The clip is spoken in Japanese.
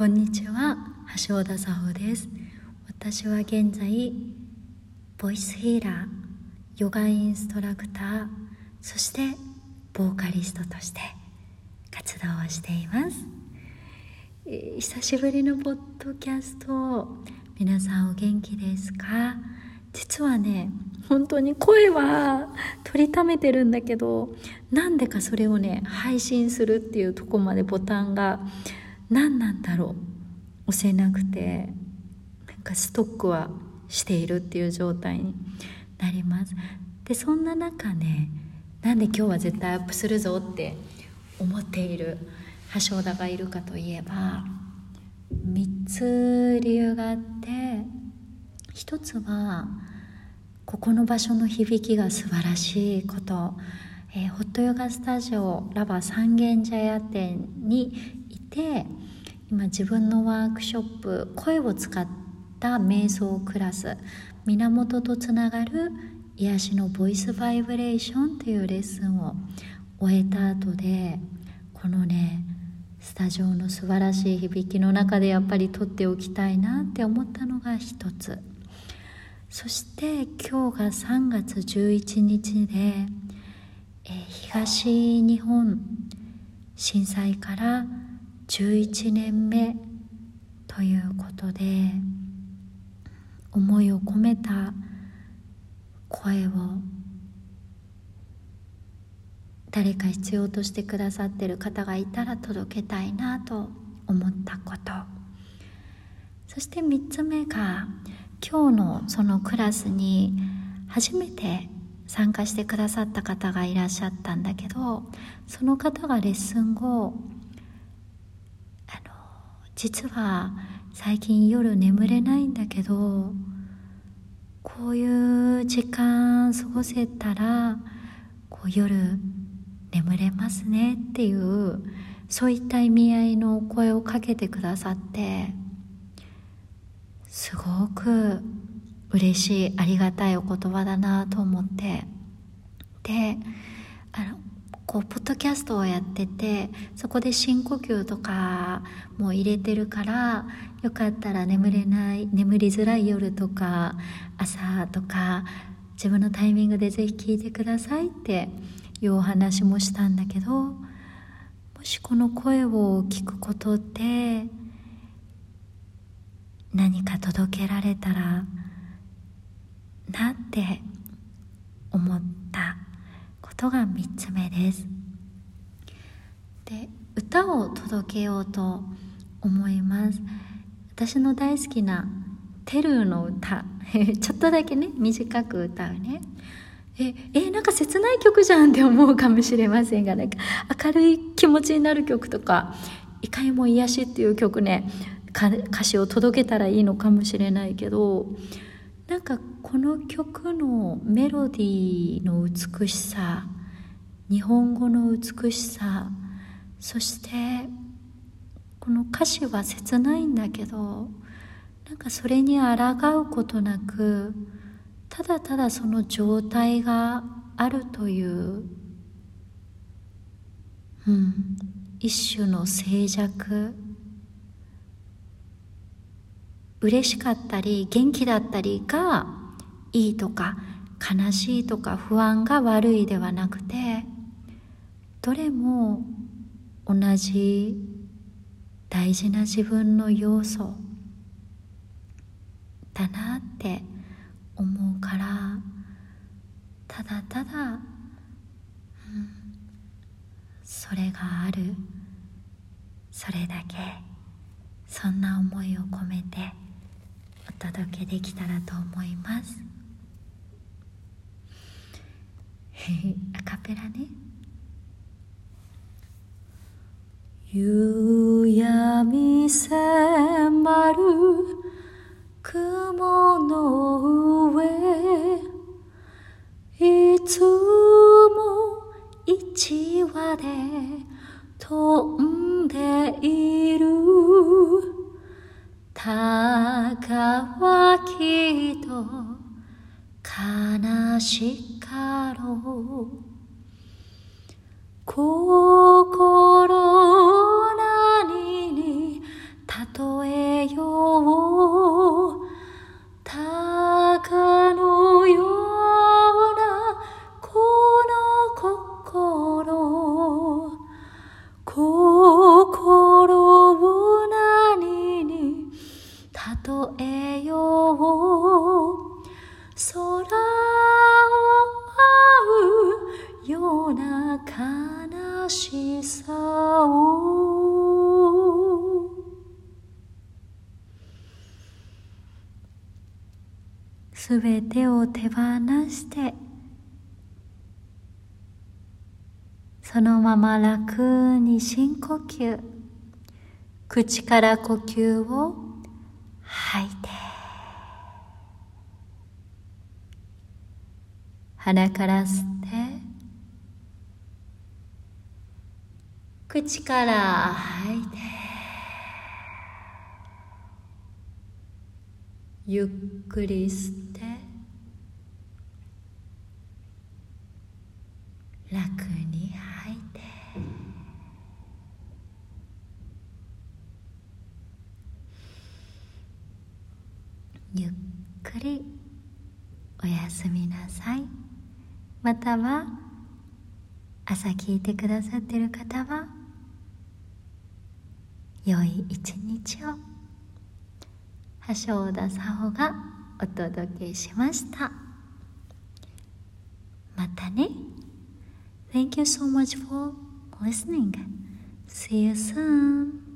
こんにちは、橋田沙穂です。私は現在ボイスヒーラー、ヨガインストラクター、そしてボーカリストとして活動をしています。久しぶりのポッドキャスト、皆さんお元気ですか？実はね、本当に声は取りためてるんだけど、なんでかそれをね配信するっていうとこまでボタンが何なんだろう、押せなくて、なんかストックはしているっていう状態になります。でそんな中ね、なんで今日は絶対アップするぞって思っている橋田がいるかといえば、3つ理由があって、一つはここの場所の響きが素晴らしいこと、ホットヨガスタジオラバ三軒茶屋店にいて、今自分のワークショップ、声を使った瞑想クラス、源とつながる癒しのボイスバイブレーションというレッスンを終えた後で、このねスタジオの素晴らしい響きの中でやっぱり撮っておきたいなって思ったのが一つ。そして今日が3月11日で、東日本震災から11年目ということで、思いを込めた声を誰か必要としてくださっている方がいたら届けたいなと思ったこと。そして3つ目が、今日のそのクラスに初めて参加してくださった方がいらっしゃったんだけど、その方がレッスン後、実は最近夜眠れないんだけど、こういう時間過ごせたら夜眠れますねっていう、そういった意味合いのお声をかけてくださって、すごく嬉しい、ありがたいお言葉だなと思って、でポッドキャストをやってて、そこで深呼吸とかも入れてるから、よかったら眠りづらい夜とか朝とか自分のタイミングでぜひ聞いてくださいっていうお話もしたんだけど、もしこの声を聞くことで何か届けられたらなって思ったことが3つ目です。で、歌を届けようと思います。私の大好きなテルーの歌ちょっとだけね短く歌うね。なんか切ない曲じゃんって思うかもしれませんが、なんか明るい気持ちになる曲とか、いかにも癒しっていう曲ね、歌詞を届けたらいいのかもしれないけど、なんかこの曲のメロディーの美しさ、日本語の美しさ、そしてこの歌詞は切ないんだけど、なんかそれに抗うことなく、ただただその状態があるという、一種の静寂、嬉しかったり元気だったりがいいとか、悲しいとか不安が悪いではなくて、どれも同じ大事な自分の要素だなって思うから、ただただ、それがある、それだけ、そんな思いを込めてお届けできたらと思います。アカペラね。夕闇迫る雲の上、いつも一羽で飛んでいる、たかはきっと悲しかろう、心何に例すべてを手放してそのまま楽に深呼吸、口から呼吸を吐いて、鼻から吸って口から吐いて、ゆっくり吸って楽に吐いて、ゆっくりおやすみなさい。または朝聞いてくださっている方は良い一日を。橋田沙穂がお届けしました。またね。Thank you so much for listening. See you soon.